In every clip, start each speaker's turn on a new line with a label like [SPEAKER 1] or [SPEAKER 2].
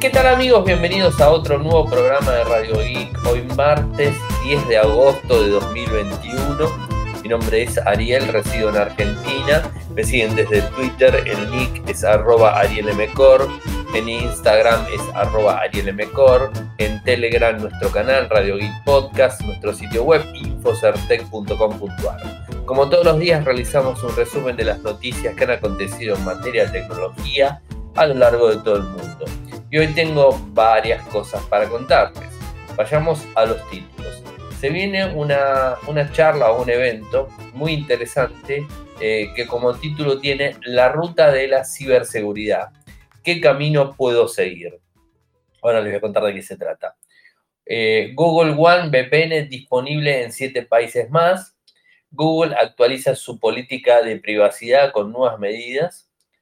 [SPEAKER 1] ¿Qué tal, amigos? Bienvenidos a otro nuevo programa de Radio Geek. Hoy martes 10 de agosto de 2021. Mi nombre es Ariel, resido en Argentina. Me siguen desde Twitter, el nick es @arielmcor. En Instagram es @arielmcor. En Telegram nuestro canal Radio Geek Podcast, nuestro sitio web infocertec.com.ar. Como todos los días realizamos un resumen de las noticias que han acontecido en materia de tecnología a lo largo de todo el mundo. Y hoy tengo varias cosas para contarles. Vayamos a los títulos. Se viene una charla o un evento muy interesante que como título tiene La ruta de la ciberseguridad. ¿Qué camino puedo seguir? Ahora les voy a contar de qué se trata. Google One VPN disponible en 7 países más. Google actualiza su política de privacidad con nuevas medidas.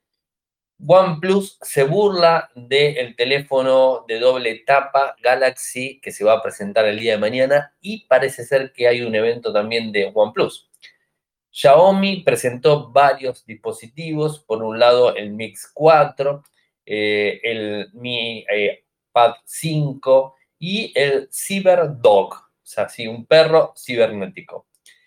[SPEAKER 1] OnePlus se burla del teléfono de doble tapa Galaxy que se va a presentar el día de mañana y parece ser que hay un evento también de OnePlus. Xiaomi presentó varios dispositivos, por un lado el Mix 4, el Mi Pad 5 y el CyberDog, o sea, sí, un perro cibernético.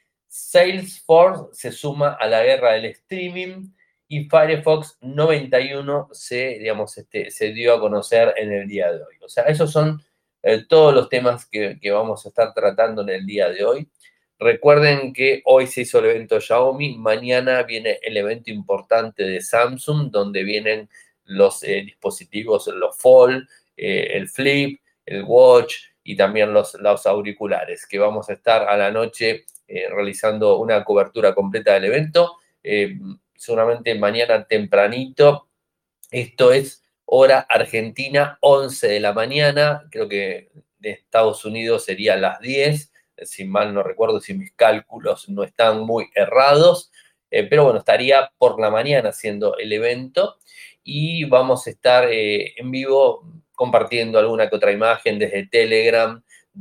[SPEAKER 1] Salesforce se suma a la guerra del streaming y Firefox 91 se dio a conocer en el día de hoy. O sea, esos son todos los temas que vamos a estar tratando en el día de hoy. Recuerden que hoy se hizo el evento Xiaomi, mañana viene el evento importante de Samsung, donde vienen los dispositivos, los Fold, el Flip, el Watch y también los auriculares, que vamos a estar a la noche realizando una cobertura completa del evento. Seguramente mañana tempranito, esto es hora argentina, 11 de la mañana, creo que de Estados Unidos sería las 10, si mal no recuerdo, si mis cálculos no están muy errados, pero bueno, estaría por la mañana haciendo el evento y vamos a estar en vivo compartiendo alguna que otra imagen desde Telegram,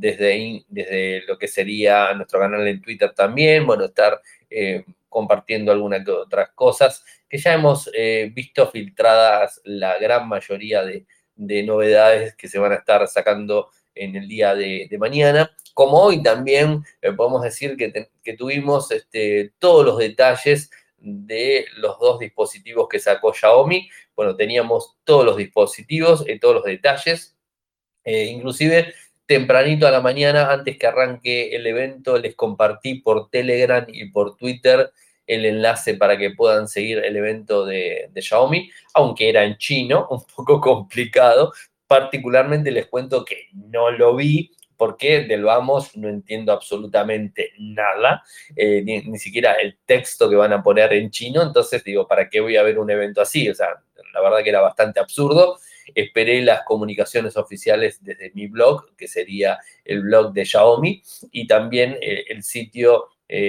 [SPEAKER 1] desde lo que sería nuestro canal en Twitter también, bueno, estar compartiendo algunas que otras cosas que ya hemos visto filtradas la gran mayoría de novedades que se van a estar sacando en el día de mañana. Como hoy también podemos decir que tuvimos todos los detalles de los 2 dispositivos que sacó Xiaomi. Bueno, teníamos todos los dispositivos, todos los detalles, inclusive tempranito a la mañana, antes que arranque el evento, les compartí por Telegram y por Twitter el enlace para que puedan seguir el evento de Xiaomi, aunque era en chino, un poco complicado. Particularmente les cuento que no lo vi, porque del vamos no entiendo absolutamente nada, ni siquiera el texto que van a poner en chino, entonces digo, ¿para qué voy a ver un evento así? O sea, la verdad que era bastante absurdo. Esperé las comunicaciones oficiales desde mi blog, que sería el blog de Xiaomi, y también el sitio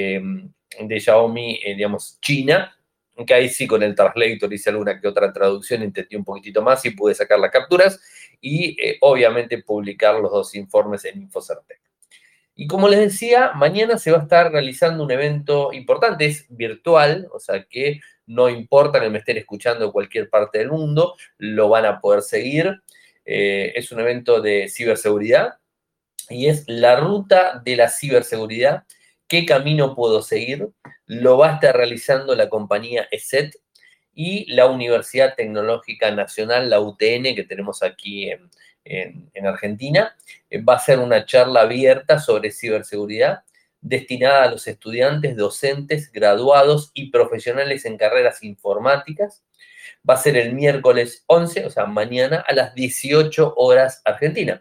[SPEAKER 1] de Xiaomi, digamos, China, que ahí sí con el translator hice alguna que otra traducción, entendí un poquitito más y pude sacar las capturas y obviamente publicar los 2 informes en Infocertec. Y como les decía, mañana se va a estar realizando un evento importante, es virtual, o sea que no importa que me estén escuchando en cualquier parte del mundo, lo van a poder seguir. Es un evento de ciberseguridad y es la ruta de la ciberseguridad. ¿Qué camino puedo seguir? Lo va a estar realizando la compañía ESET y la Universidad Tecnológica Nacional, la UTN, que tenemos aquí en Argentina. Va a ser una charla abierta sobre ciberseguridad destinada a los estudiantes, docentes, graduados y profesionales en carreras informáticas. Va a ser el miércoles 11, o sea, mañana a las 18 horas Argentina.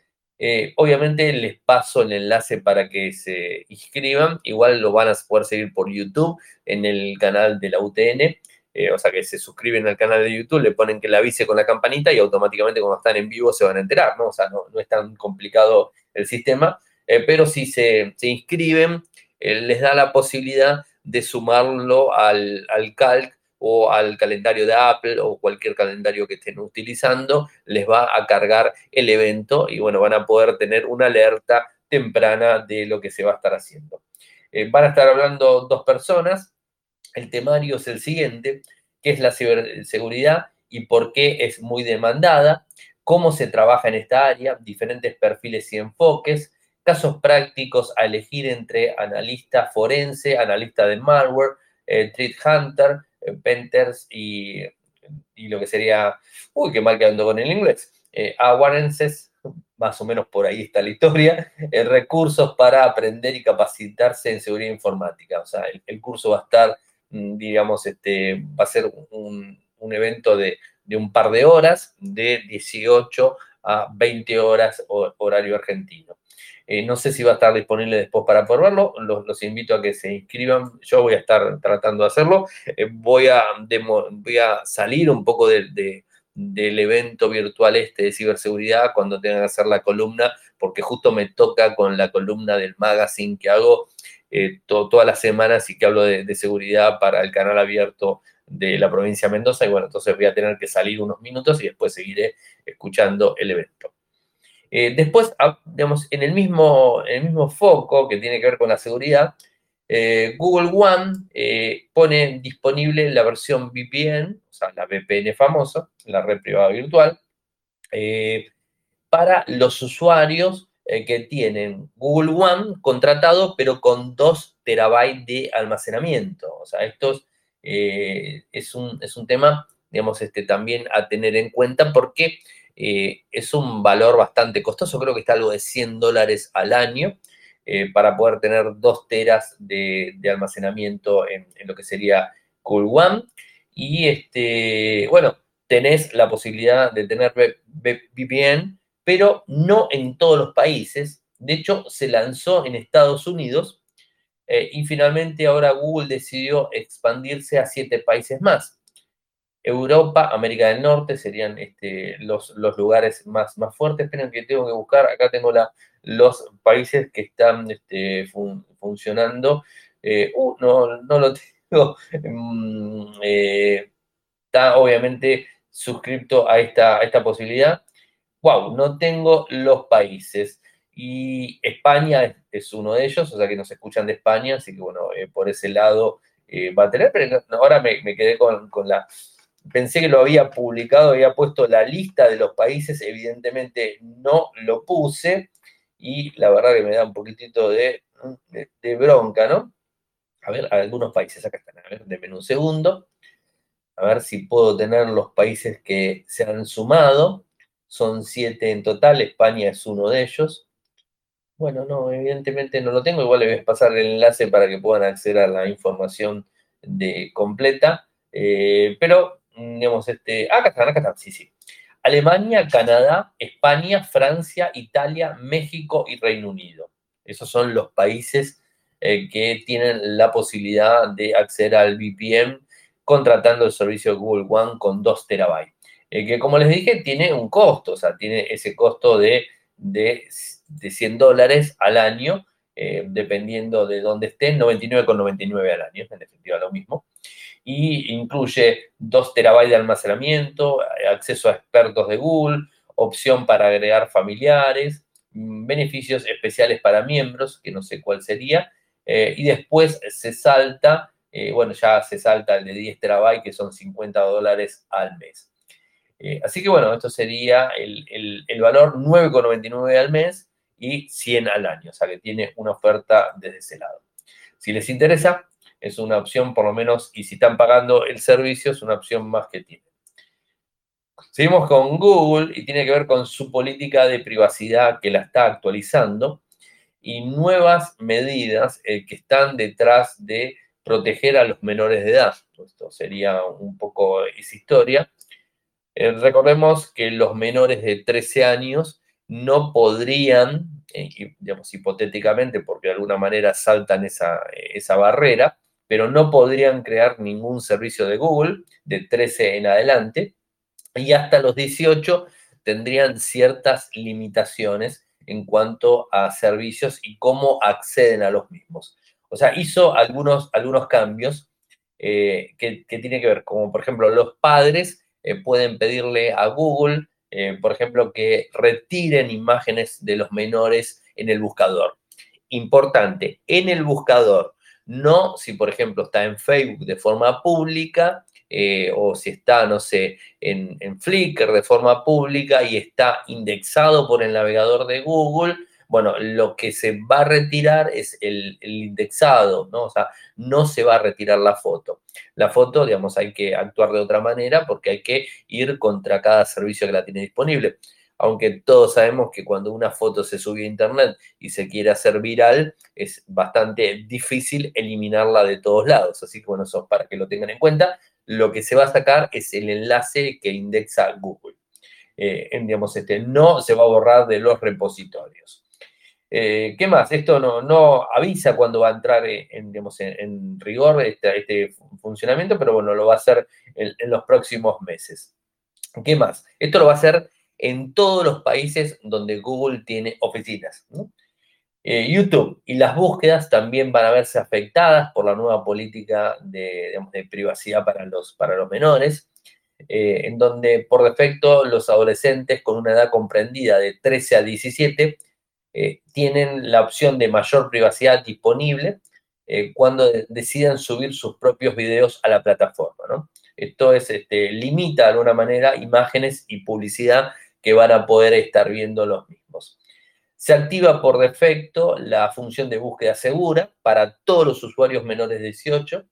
[SPEAKER 1] Obviamente les paso el enlace para que se inscriban. Igual lo van a poder seguir por YouTube en el canal de la UTN. O sea que se suscriben al canal de YouTube, le ponen que le avise con la campanita y automáticamente cuando están en vivo se van a enterar, ¿no? O sea, no es tan complicado el sistema, pero si se inscriben, les da la posibilidad de sumarlo al Calc o al calendario de Apple o cualquier calendario que estén utilizando, les va a cargar el evento y bueno, van a poder tener una alerta temprana de lo que se va a estar haciendo. Van a estar hablando 2 personas. El temario es el siguiente, que es la ciberseguridad y por qué es muy demandada. cómo se trabaja en esta área, diferentes perfiles y enfoques, casos prácticos a elegir entre analista forense, analista de malware, threat hunter, penters y lo que sería, uy, qué mal que ando con el inglés, awareness, más o menos por ahí está la historia, recursos para aprender y capacitarse en seguridad informática. O sea, el curso va a estar, digamos, va a ser un evento de un par de horas, de 18 a 20 horas horario argentino. No sé si va a estar disponible después para probarlo, los invito a que se inscriban, yo voy a estar tratando de hacerlo, voy a salir un poco del evento virtual de ciberseguridad cuando tenga que hacer la columna, porque justo me toca con la columna del magazine que hago todas las semanas y que hablo de seguridad para el canal abierto de la provincia de Mendoza, y bueno, entonces voy a tener que salir unos minutos y después seguiré escuchando el evento. Después, digamos, en el mismo foco que tiene que ver con la seguridad, Google One pone disponible la versión VPN, o sea, la VPN famosa, la red privada virtual, para los usuarios que tienen Google One contratado, pero con 2 terabytes de almacenamiento. O sea, esto es un tema, digamos, también a tener en cuenta porque es un valor bastante costoso, creo que está algo de $100 al año para poder tener 2 teras de almacenamiento en lo que sería Google One. Y bueno, tenés la posibilidad de tener VPN, pero no en todos los países. De hecho, se lanzó en Estados Unidos y finalmente ahora Google decidió expandirse a 7 países más. Europa, América del Norte serían los lugares más fuertes. Esperen que tengo que buscar, acá tengo los países que están funcionando. No lo tengo. Está obviamente suscrito a esta posibilidad. Wow, no tengo los países. Y España es uno de ellos, o sea que nos escuchan de España, así que bueno, por ese lado va a tener, pero ahora me quedé con la... Pensé que lo había publicado, había puesto la lista de los países, evidentemente no lo puse, y la verdad que me da un poquitito de bronca, ¿no? A ver, algunos países, acá están, a ver, denme un segundo, a ver si puedo tener los países que se han sumado. Son 7 en total, España es uno de ellos. Bueno, no, evidentemente no lo tengo, igual le voy a pasar el enlace para que puedan acceder a la información completa. Pero, digamos, acá están, sí, sí. Alemania, Canadá, España, Francia, Italia, México y Reino Unido. Esos son los países que tienen la posibilidad de acceder al VPN contratando el servicio de Google One con 2 terabytes. Que como les dije, tiene un costo, o sea, tiene ese costo de $100 al año, dependiendo de dónde estén, 99,99 al año, en definitiva lo mismo. Y incluye 2 terabytes de almacenamiento, acceso a expertos de Google, opción para agregar familiares, beneficios especiales para miembros, que no sé cuál sería, y después se salta, bueno, ya se salta el de 10 terabytes, que son $50 al mes. Así que bueno, esto sería el valor 9,99 al mes y 100 al año, o sea que tiene una oferta desde ese lado. Si les interesa, es una opción por lo menos, y si están pagando el servicio, es una opción más que tienen. Seguimos con Google y tiene que ver con su política de privacidad que la está actualizando y nuevas medidas que están detrás de proteger a los menores de edad. Esto sería un poco esa historia. Recordemos que los menores de 13 años no podrían, digamos hipotéticamente, porque de alguna manera saltan esa barrera, pero no podrían crear ningún servicio de Google de 13 en adelante, y hasta los 18 tendrían ciertas limitaciones en cuanto a servicios y cómo acceden a los mismos. O sea, hizo algunos cambios que tienen que ver, como por ejemplo los padres pueden pedirle a Google, por ejemplo, que retiren imágenes de los menores en el buscador. Importante, en el buscador, no si por ejemplo está en Facebook de forma pública, o si está, no sé, en Flickr de forma pública y está indexado por el navegador de Google, bueno, lo que se va a retirar es el indexado, ¿no? O sea, no se va a retirar la foto. La foto, digamos, hay que actuar de otra manera porque hay que ir contra cada servicio que la tiene disponible. Aunque todos sabemos que cuando una foto se sube a internet y se quiere hacer viral, es bastante difícil eliminarla de todos lados. Así que bueno, eso para que lo tengan en cuenta. Lo que se va a sacar es el enlace que indexa Google. Digamos, no se va a borrar de los repositorios. ¿Qué más? Esto no avisa cuando va a entrar digamos, en rigor este funcionamiento, pero bueno, lo va a hacer en los próximos meses. ¿Qué más? Esto lo va a hacer en todos los países donde Google tiene oficinas, ¿no? YouTube y las búsquedas también van a verse afectadas por la nueva política digamos, de privacidad para los menores, en donde por defecto los adolescentes con una edad comprendida de 13 a 17 tienen la opción de mayor privacidad disponible cuando decidan subir sus propios videos a la plataforma, ¿no? Esto limita de alguna manera imágenes y publicidad que van a poder estar viendo los mismos. Se activa por defecto la función de búsqueda segura para todos los usuarios menores de 18.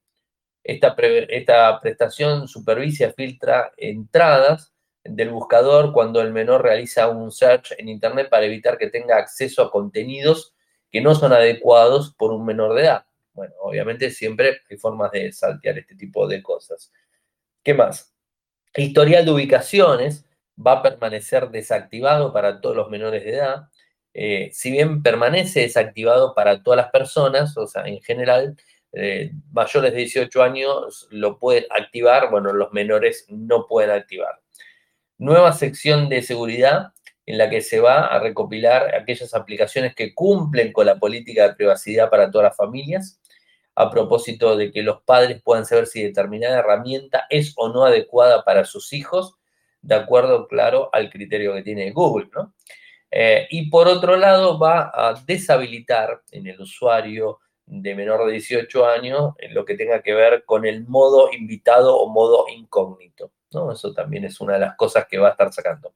[SPEAKER 1] Esta prestación supervisa y filtra entradas del buscador cuando el menor realiza un search en Internet para evitar que tenga acceso a contenidos que no son adecuados por un menor de edad. Bueno, obviamente siempre hay formas de saltear este tipo de cosas. ¿Qué más? El historial de ubicaciones va a permanecer desactivado para todos los menores de edad. Si bien permanece desactivado para todas las personas, o sea, en general, mayores de 18 años lo pueden activar, bueno, los menores no pueden activar. Nueva sección de seguridad en la que se va a recopilar aquellas aplicaciones que cumplen con la política de privacidad para todas las familias, a propósito de que los padres puedan saber si determinada herramienta es o no adecuada para sus hijos, de acuerdo, claro, al criterio que tiene Google, ¿no? Y por otro lado, va a deshabilitar en el usuario de menor de 18 años lo que tenga que ver con el modo invitado o modo incógnito, ¿no? Eso también es una de las cosas que va a estar sacando.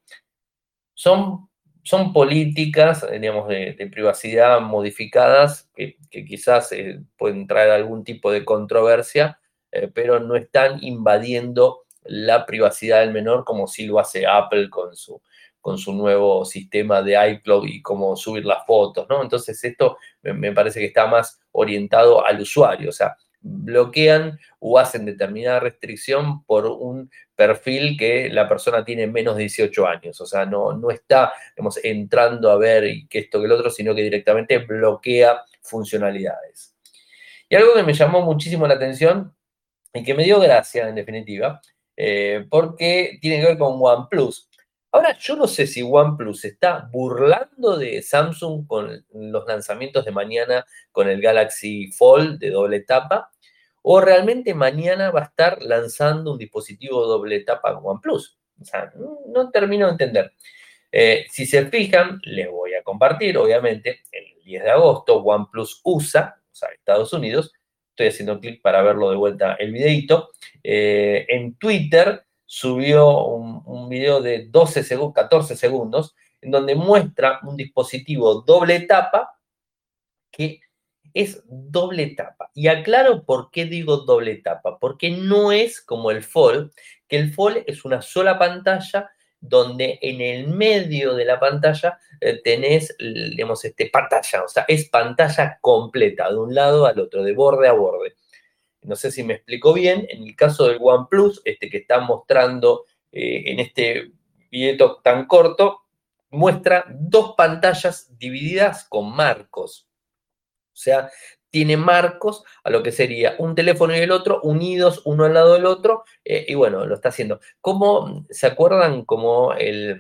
[SPEAKER 1] Son políticas, digamos, de privacidad modificadas que quizás pueden traer algún tipo de controversia, pero no están invadiendo la privacidad del menor como sí lo hace Apple con su nuevo sistema de iCloud y cómo subir las fotos, ¿no? Entonces esto me parece que está más orientado al usuario, o sea, bloquean o hacen determinada restricción por un perfil que la persona tiene menos de 18 años, o sea, no está, digamos, entrando a ver que esto que el otro, sino que directamente bloquea funcionalidades. Y algo que me llamó muchísimo la atención y que me dio gracia, en definitiva, porque tiene que ver con OnePlus. Ahora, yo no sé si OnePlus se está burlando de Samsung con los lanzamientos de mañana con el Galaxy Fold de doble tapa, o realmente mañana va a estar lanzando un dispositivo doble tapa con OnePlus. O sea, no termino de entender. Si se fijan, les voy a compartir, obviamente, el 10 de agosto, OnePlus USA, o sea, Estados Unidos, estoy haciendo clic para verlo de vuelta el videito, en Twitter subió un video de 14 segundos, en donde muestra un dispositivo doble tapa que es doble tapa. Y aclaro por qué digo doble tapa, porque no es como el Fold, que el Fold es una sola pantalla donde en el medio de la pantalla tenés, digamos, pantalla, o sea, es pantalla completa, de un lado al otro, de borde a borde. No sé si me explico bien, en el caso del OnePlus, que está mostrando en este video tan corto, muestra dos pantallas divididas con marcos. O sea, tiene marcos a lo que sería un teléfono y el otro unidos uno al lado del otro, y bueno, lo está haciendo. ¿Cómo se acuerdan como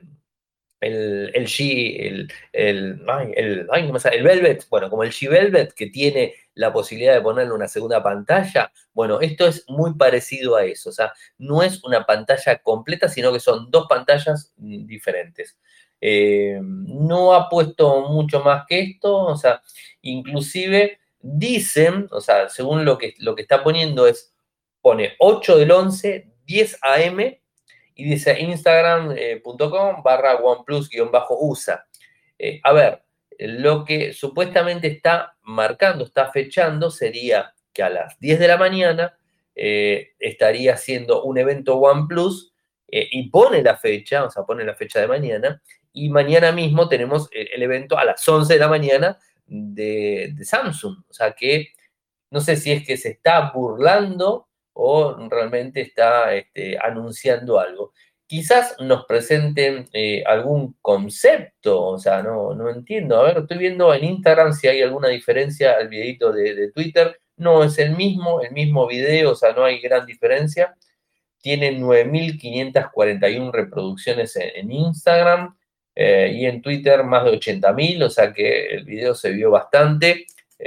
[SPEAKER 1] el G, no me sale, el Velvet, bueno, como el G Velvet que tiene la posibilidad de ponerle una segunda pantalla? Bueno, esto es muy parecido a eso, o sea, no es una pantalla completa, sino que son dos pantallas diferentes. No ha puesto mucho más que esto, o sea, inclusive dicen, o sea, según lo que está poniendo pone 8 del 11, 10 a.m. y dice instagram.com/OnePlus-USA. A ver, lo que supuestamente está marcando, está fechando, sería que a las 10 de la mañana estaría haciendo un evento OnePlus y pone la fecha, o sea, pone la fecha de mañana, y mañana mismo tenemos el evento a las 11 de la mañana de Samsung. O sea que no sé si es que se está burlando o realmente está anunciando algo. Quizás nos presenten algún concepto, o sea, no entiendo. A ver, estoy viendo en Instagram si hay alguna diferencia al videito de Twitter. No es el mismo video, o sea, no hay gran diferencia. Tiene 9.541 reproducciones en Instagram y en Twitter más de 80.000, o sea que el video se vio bastante.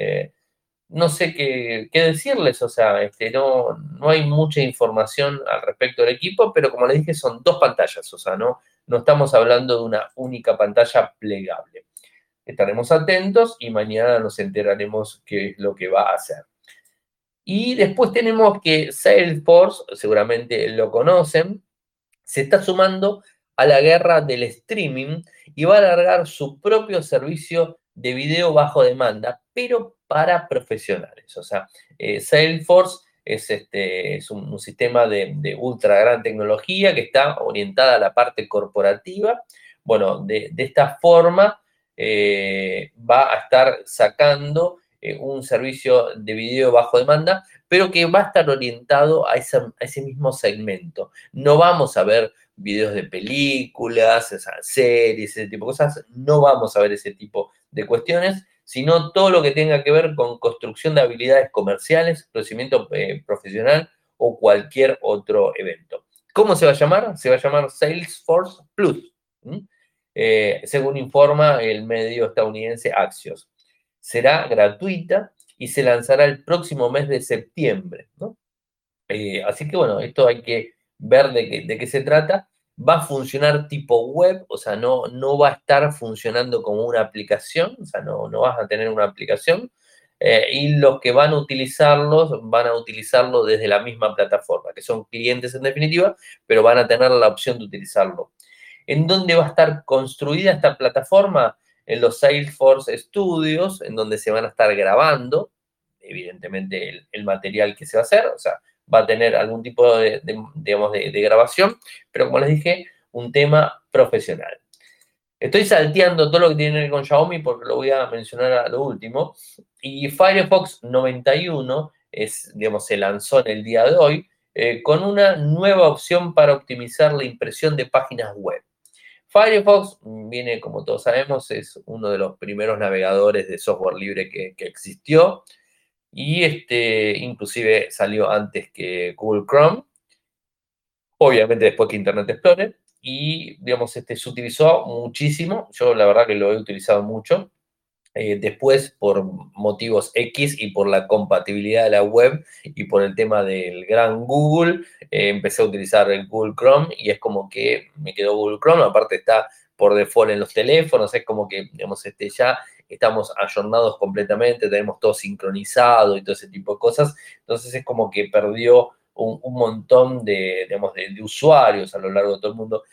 [SPEAKER 1] No sé qué decirles, o sea, no hay mucha información al respecto del equipo, pero como les dije, son dos pantallas, o sea, no estamos hablando de una única pantalla plegable. Estaremos atentos y mañana nos enteraremos qué es lo que va a hacer. Y después tenemos que Salesforce, seguramente lo conocen, se está sumando a la guerra del streaming y va a alargar su propio servicio de video bajo demanda, pero para profesionales. O sea, Salesforce es un sistema de ultra gran tecnología que está orientada a la parte corporativa. Bueno, de esta forma va a estar sacando un servicio de video bajo demanda, pero que va a estar orientado a ese mismo segmento. No vamos a ver videos de películas, esas series, ese tipo de cosas, no vamos a ver ese tipo de cuestiones, sino todo lo que tenga que ver con construcción de habilidades comerciales, crecimiento profesional o cualquier otro evento. ¿Cómo se va a llamar? Se va a llamar Salesforce Plus, según informa el medio estadounidense Axios. Será gratuita y se lanzará el próximo mes de septiembre, ¿no? Así que bueno, esto hay que ver de qué se trata. Va a funcionar tipo web, o sea, no va a estar funcionando como una aplicación, o sea, no vas a tener una aplicación. Y los que van a utilizarlo desde la misma plataforma, que son clientes en definitiva, pero van a tener la opción de utilizarlo. ¿En dónde va a estar construida esta plataforma? En los Salesforce Studios, en donde se van a estar grabando, evidentemente, el material que se va a hacer, o sea, va a tener algún tipo digamos, de grabación, pero como les dije, un tema profesional. Estoy salteando todo lo que tiene que ver con Xiaomi porque lo voy a mencionar a lo último. Y Firefox 91 digamos, se lanzó en el día de hoy con una nueva opción para optimizar la impresión de páginas web. Firefox viene, como todos sabemos, es uno de los primeros navegadores de software libre que existió y inclusive salió antes que Google Chrome, obviamente después que Internet Explorer, y digamos, se utilizó muchísimo, yo la verdad que lo he utilizado mucho, después por motivos X y por la compatibilidad de la web y por el tema del gran Google, empecé a utilizar el Google Chrome y es como que me quedó Google Chrome, aparte está por default en los teléfonos, es como que, digamos, ya estamos ayornados completamente, tenemos todo sincronizado y todo ese tipo de cosas, entonces es como que perdió un montón digamos, de usuarios a lo largo de todo el mundo.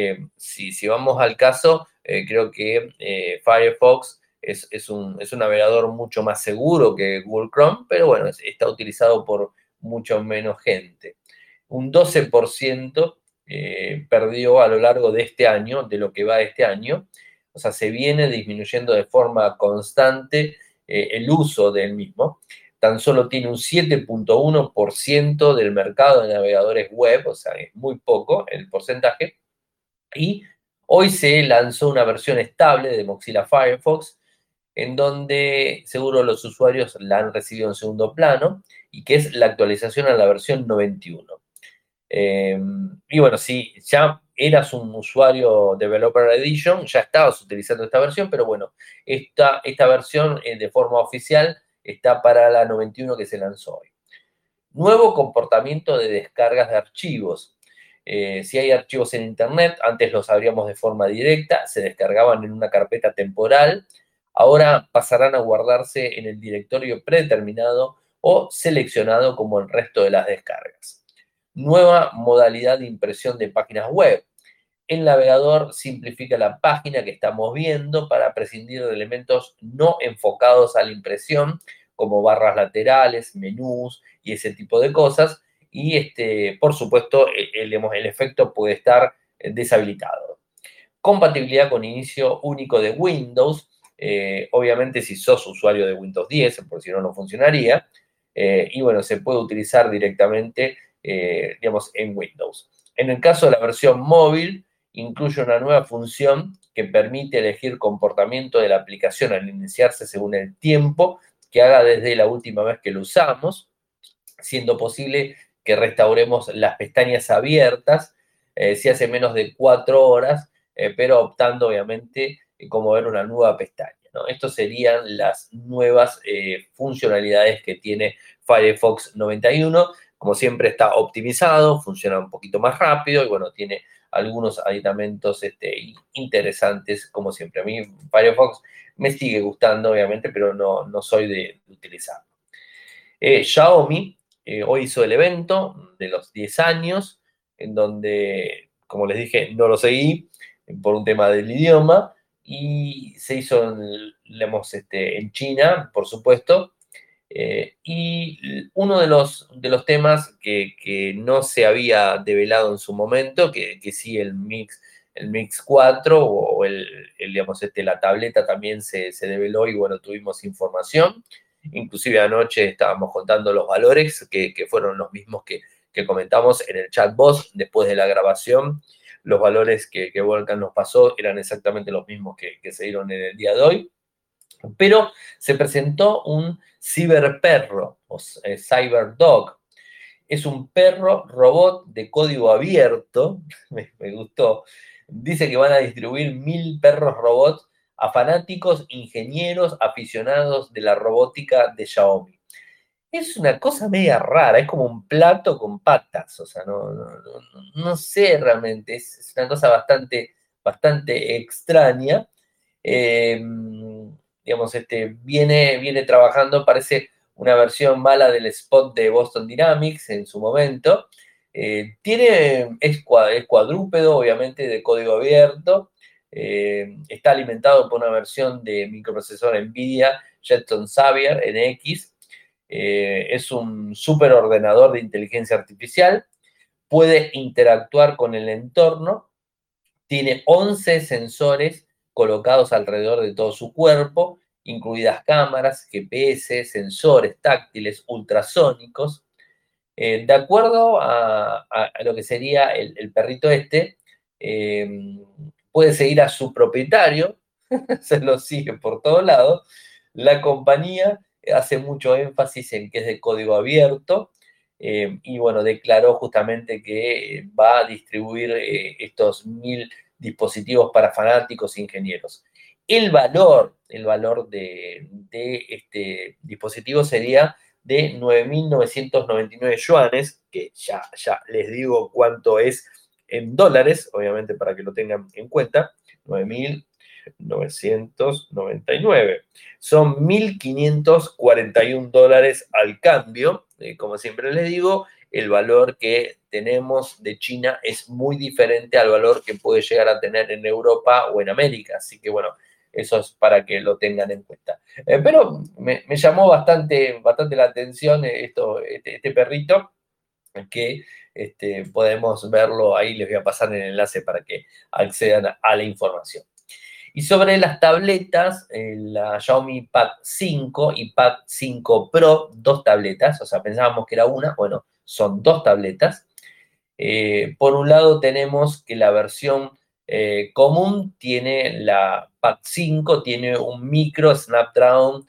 [SPEAKER 1] Si vamos al caso, creo que Firefox es un navegador mucho más seguro que Google Chrome, pero bueno, está utilizado por mucho menos gente. Un 12% perdió a lo largo de este año, de lo que va este año. O sea, se viene disminuyendo de forma constante el uso del mismo. Tan solo tiene un 7.1% del mercado de navegadores web, o sea, es muy poco el porcentaje. Y hoy se lanzó una versión estable de Mozilla Firefox, en donde seguro los usuarios la han recibido en segundo plano, y que es la actualización a la versión 91. Y bueno, si ya eras un usuario Developer Edition, ya estabas utilizando esta versión, pero bueno, esta versión de forma oficial está para la 91 que se lanzó hoy. Nuevo comportamiento de descargas de archivos. Si hay archivos en Internet, antes los abríamos de forma directa, se descargaban en una carpeta temporal, ahora pasarán a guardarse en el directorio predeterminado o seleccionado como el resto de las descargas. Nueva modalidad de impresión de páginas web. El navegador simplifica la página que estamos viendo para prescindir de elementos no enfocados a la impresión, como barras laterales, menús y ese tipo de cosas. Y por supuesto, el efecto puede estar deshabilitado. Compatibilidad con inicio único de Windows. Obviamente, si sos usuario de Windows 10, por si no, no funcionaría. Y bueno, se puede utilizar directamente, digamos, en Windows. En el caso de la versión móvil, incluye una nueva función que permite elegir comportamiento de la aplicación al iniciarse según el tiempo que haga desde la última vez que lo usamos, siendo posible que restauremos las pestañas abiertas si hace menos de 4 horas, pero optando obviamente como ver una nueva pestaña, ¿no? Estas serían las nuevas funcionalidades que tiene Firefox 91. Como siempre está optimizado, funciona un poquito más rápido y bueno, tiene algunos aditamentos interesantes como siempre. A mí Firefox me sigue gustando obviamente, pero no soy de utilizarlo. Xiaomi hoy hizo el evento de los 10 años, en donde, como les dije, no lo seguí por un tema del idioma, y se hizo en China, por supuesto, y uno de los temas que no se había develado en su momento, que sí el Mix 4 o digamos, la tableta también se develó y bueno, tuvimos información. Inclusive anoche estábamos contando los valores que fueron los mismos que comentamos en el chatbot después de la grabación. Los valores que Volcan nos pasó eran exactamente los mismos que se dieron en el día de hoy. Pero se presentó un ciberperro o cyberdog. Es un perro robot de código abierto. Me gustó. Dice que van a distribuir 1000 perros robots a fanáticos, ingenieros, aficionados de la robótica de Xiaomi. Es una cosa media rara, es como un plato con patas, o sea, no sé realmente, es una cosa bastante extraña. Eh, digamos, viene trabajando, parece una versión mala del spot de Boston Dynamics en su momento. Es cuadrúpedo, obviamente, de código abierto. Está alimentado por una versión de microprocesor NVIDIA Jetson Xavier NX. Es un superordenador de inteligencia artificial. Puede interactuar con el entorno. Tiene 11 sensores colocados alrededor de todo su cuerpo, incluidas cámaras, GPS, sensores táctiles, ultrasónicos. De acuerdo a lo que sería el perrito puede seguir a su propietario, se lo sigue por todos lados. La compañía hace mucho énfasis en que es de código abierto, y bueno, declaró justamente que va a distribuir estos 1000 dispositivos para fanáticos e ingenieros. El valor de este dispositivo sería de 9.999 yuanes, que ya les digo cuánto es en dólares, obviamente para que lo tengan en cuenta. 9.999. Son 1.541 dólares al cambio. Como siempre les digo, el valor que tenemos de China es muy diferente al valor que puede llegar a tener en Europa o en América. Así que bueno, eso es para que lo tengan en cuenta. Pero me llamó bastante la atención este perrito, que podemos verlo ahí. Les voy a pasar el enlace para que accedan a la información. Y sobre las tabletas, la Xiaomi Pad 5 y Pad 5 Pro, dos tabletas, o sea, pensábamos que era una, bueno, son dos tabletas. Por un lado tenemos que la versión común tiene la Pad 5, tiene un micro Snapdragon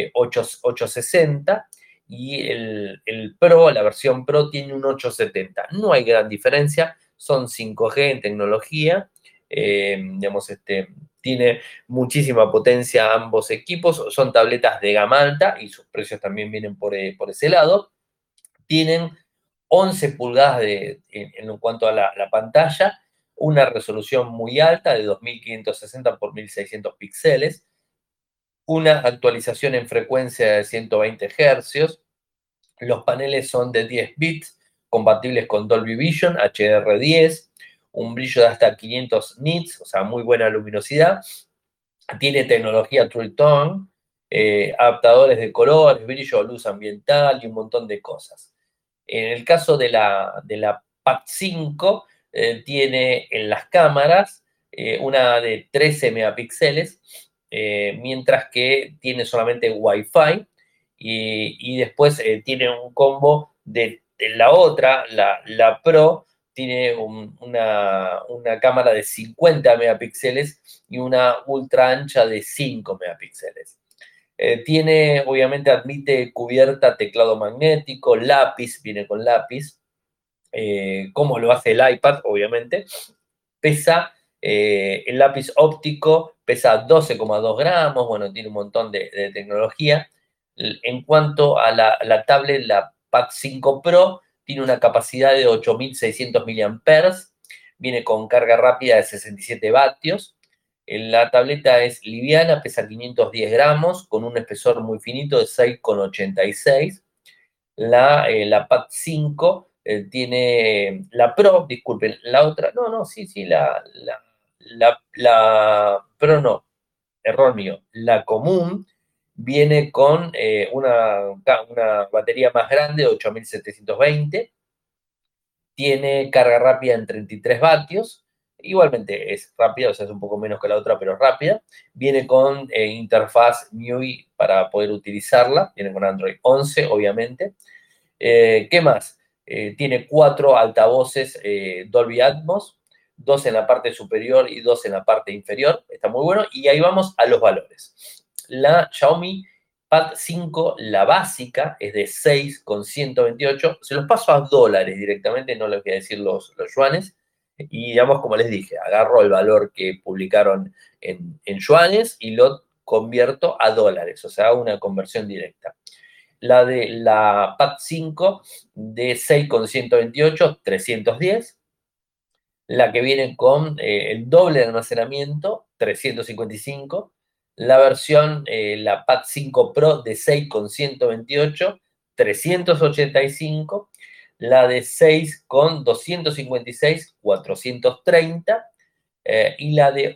[SPEAKER 1] 860, y el Pro, la versión Pro, tiene un 870. No hay gran diferencia, son 5G en tecnología, digamos, tiene muchísima potencia ambos equipos, son tabletas de gama alta y sus precios también vienen por ese lado. Tienen 11 pulgadas en cuanto a la pantalla, una resolución muy alta de 2560 por 1600 píxeles, una actualización en frecuencia de 120 Hz, los paneles son de 10 bits, compatibles con Dolby Vision, HDR10, un brillo de hasta 500 nits, o sea, muy buena luminosidad. Tiene tecnología True Tone, adaptadores de colores, brillo, luz ambiental y un montón de cosas. En el caso de la Pad 5, tiene en las cámaras una de 13 megapíxeles, mientras que tiene solamente Wi-Fi, y después tiene un combo de la otra, la Pro, tiene una cámara de 50 megapíxeles y una ultra ancha de 5 megapíxeles. Tiene, obviamente, admite cubierta, teclado magnético, lápiz, viene con lápiz, como lo hace el iPad, obviamente. Pesa, el lápiz óptico pesa 12,2 gramos, bueno, tiene un montón de tecnología. En cuanto a la tablet, la Pad 5 Pro tiene una capacidad de 8.600 miliamperes, viene con carga rápida de 67 vatios. La tableta es liviana, pesa 510 gramos, con un espesor muy finito de 6,86. La Pad 5 tiene la Pro, disculpen, la otra, no, sí, la Pro no, error mío, la común viene con una batería más grande de 8.720, tiene carga rápida en 33 vatios, igualmente es rápida, o sea, es un poco menos que la otra, pero rápida. Viene con interfaz MIUI para poder utilizarla, viene con Android 11, obviamente. ¿Qué más? Tiene 4 altavoces Dolby Atmos, 2 en la parte superior y 2 en la parte inferior. Está muy bueno. Y ahí vamos a los valores. La Xiaomi Pad 5, la básica, es de 6,128. Se los paso a dólares directamente, no les voy a decir los yuanes. Y digamos, como les dije, agarro el valor que publicaron en yuanes y lo convierto a dólares, o sea, una conversión directa. La de la Pad 5 de 6,128, 310. La que viene con el doble de almacenamiento, 355. La versión, la Pad 5 Pro de 6,128, 385. La de 6,256, 430. Y la de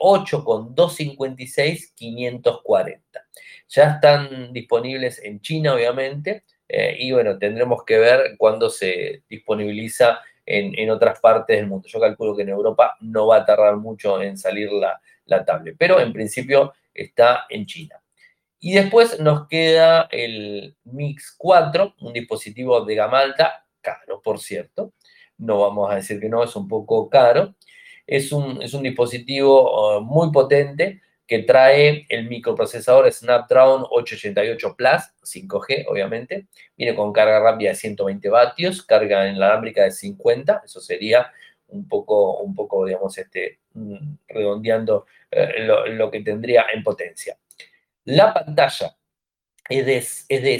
[SPEAKER 1] 8,256, 540. Ya están disponibles en China, obviamente, y bueno, tendremos que ver cuándo se disponibiliza en otras partes del mundo. Yo calculo que en Europa no va a tardar mucho en salir la tablet, pero en principio está en China. Y después nos queda el Mix 4, un dispositivo de gama alta, caro, por cierto. No vamos a decir que no, es un poco caro. Es un dispositivo muy potente que trae el microprocesador Snapdragon 888 Plus, 5G, obviamente. Viene con carga rápida de 120 vatios, carga inalámbrica de 50, eso sería un poco digamos, redondeando lo que tendría en potencia. La pantalla es de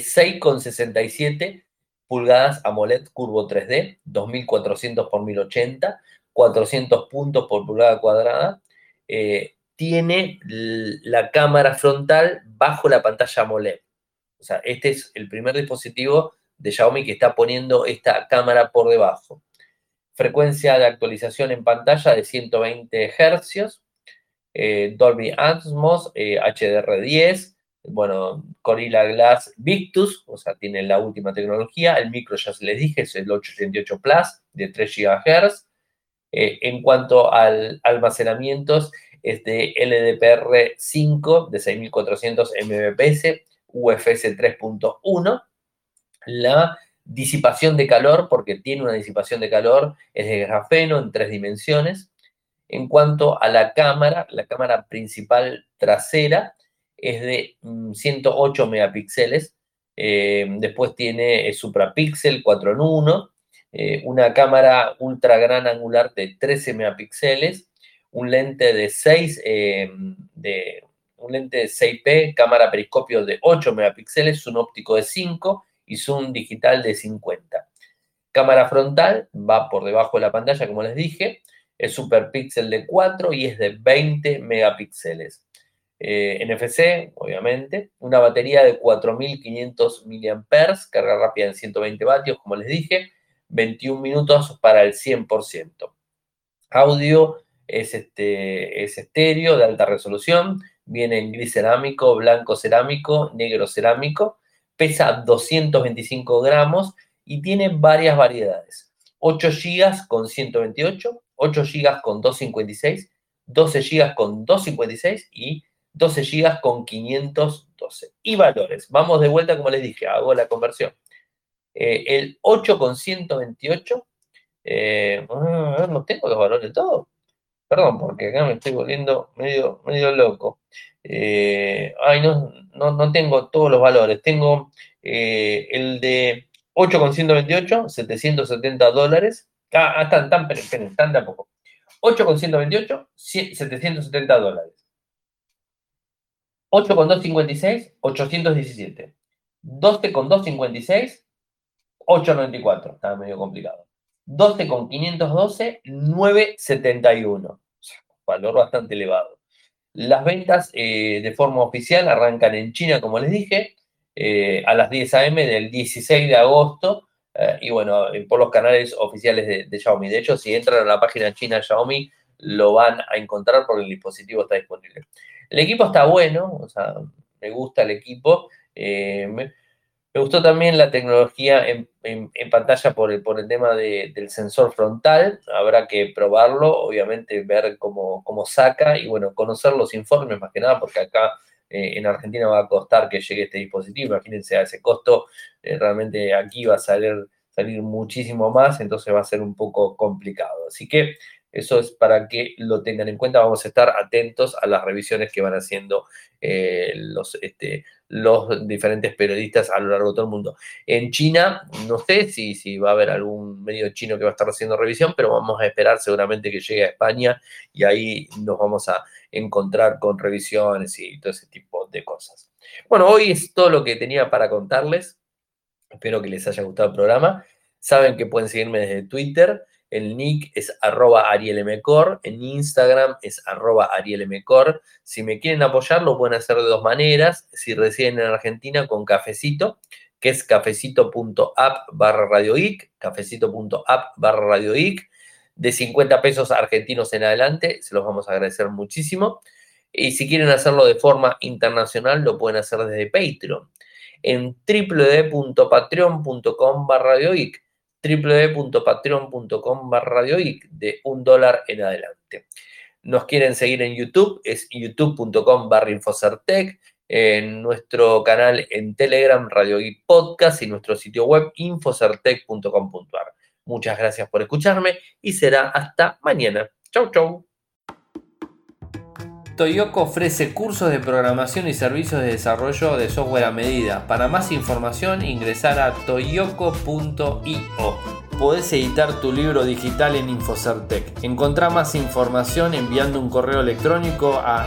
[SPEAKER 1] 6,67 pulgadas AMOLED curvo 3D, 2400 por 1080, 400 puntos por pulgada cuadrada. Tiene la cámara frontal bajo la pantalla AMOLED. O sea, este es el primer dispositivo de Xiaomi que está poniendo esta cámara por debajo. Frecuencia de actualización en pantalla de 120 Hz, Dolby Atmos, HDR10, bueno, Gorilla Glass Victus, o sea, tiene la última tecnología. El micro, ya se les dije, es el 888 Plus de 3 GHz. En cuanto al almacenamientos, es de LDPR5 de 6400 Mbps, UFS 3.1. La disipación de calor, porque tiene una disipación de calor, es de grafeno en 3 dimensiones. En cuanto a la cámara principal trasera es de 108 megapíxeles. Después tiene Suprapixel 4 en 1, una cámara ultra gran angular de 13 megapíxeles, un lente de 6P, cámara periscopio de 8 megapíxeles, zoom óptico de 5 y zoom digital de 50. Cámara frontal va por debajo de la pantalla, como les dije, es Superpixel de 4 y es de 20 megapíxeles. NFC, obviamente, una batería de 4.500 mAh, carga rápida en 120 vatios, como les dije, 21 minutos para el 100%. Audio es estéreo de alta resolución, viene en gris cerámico, blanco cerámico, negro cerámico, pesa 225 gramos y tiene varias variedades. 8 GB con 128, 8 GB con 256, 12 GB con 256 y 12 GB con 512. Y valores, vamos de vuelta como les dije, hago la conversión. El 8 con 128, no tengo los valores todos. Perdón, porque acá me estoy volviendo medio loco. No tengo todos los valores. Tengo el de 8 con 128, $770. Están de a poco. 8 con 128, $770. 8 con 256, 817. 12 con 256, 894. Estaba medio complicado. 12 con 512, 971. Valor bastante elevado. Las ventas de forma oficial arrancan en China, como les dije, a las 10 a.m. del 16 de agosto. Y bueno, por los canales oficiales de Xiaomi. De hecho, si entran a la página china Xiaomi, lo van a encontrar porque el dispositivo está disponible. El equipo está bueno, o sea, me gusta el equipo. Me gustó también la tecnología en pantalla por el tema del sensor frontal. Habrá que probarlo, obviamente ver cómo saca y bueno, conocer los informes más que nada, porque acá en Argentina va a costar que llegue este dispositivo. Imagínense a ese costo, realmente aquí va a salir muchísimo más, entonces va a ser un poco complicado. Así que eso es para que lo tengan en cuenta. Vamos a estar atentos a las revisiones que van haciendo los diferentes periodistas a lo largo de todo el mundo. En China, no sé si va a haber algún medio chino que va a estar haciendo revisión, pero vamos a esperar seguramente que llegue a España y ahí nos vamos a encontrar con revisiones y todo ese tipo de cosas. Bueno, hoy es todo lo que tenía para contarles. Espero que les haya gustado el programa. Saben que pueden seguirme desde Twitter. El nick es @arielmcor, en Instagram es @arielmcor. Si me quieren apoyar, lo pueden hacer de dos maneras. Si residen en Argentina, con Cafecito, que es cafecito.app/radioic, cafecito.app/radioic, de 50 pesos argentinos en adelante, se los vamos a agradecer muchísimo. Y si quieren hacerlo de forma internacional, lo pueden hacer desde Patreon, en www.patreon.com/radioic, www.patreon.com/radioic, de $1 en adelante. Nos quieren seguir en YouTube, es youtube.com/infocertec, en nuestro canal en Telegram, Radio Geek Podcast, y nuestro sitio web, infocertec.com.ar. Muchas gracias por escucharme y será hasta mañana. Chau, chau. Toyoko ofrece cursos de programación y servicios de desarrollo de software a medida. Para más información, ingresar a toyoko.io. Podés editar tu libro digital en Infocertec. Encontrá más información enviando un correo electrónico a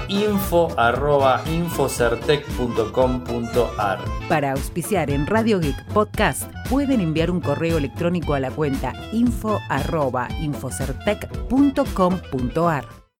[SPEAKER 1] info@infocertec.com.ar.
[SPEAKER 2] Para auspiciar en Radio Geek Podcast, pueden enviar un correo electrónico a la cuenta info@infocertec.com.ar.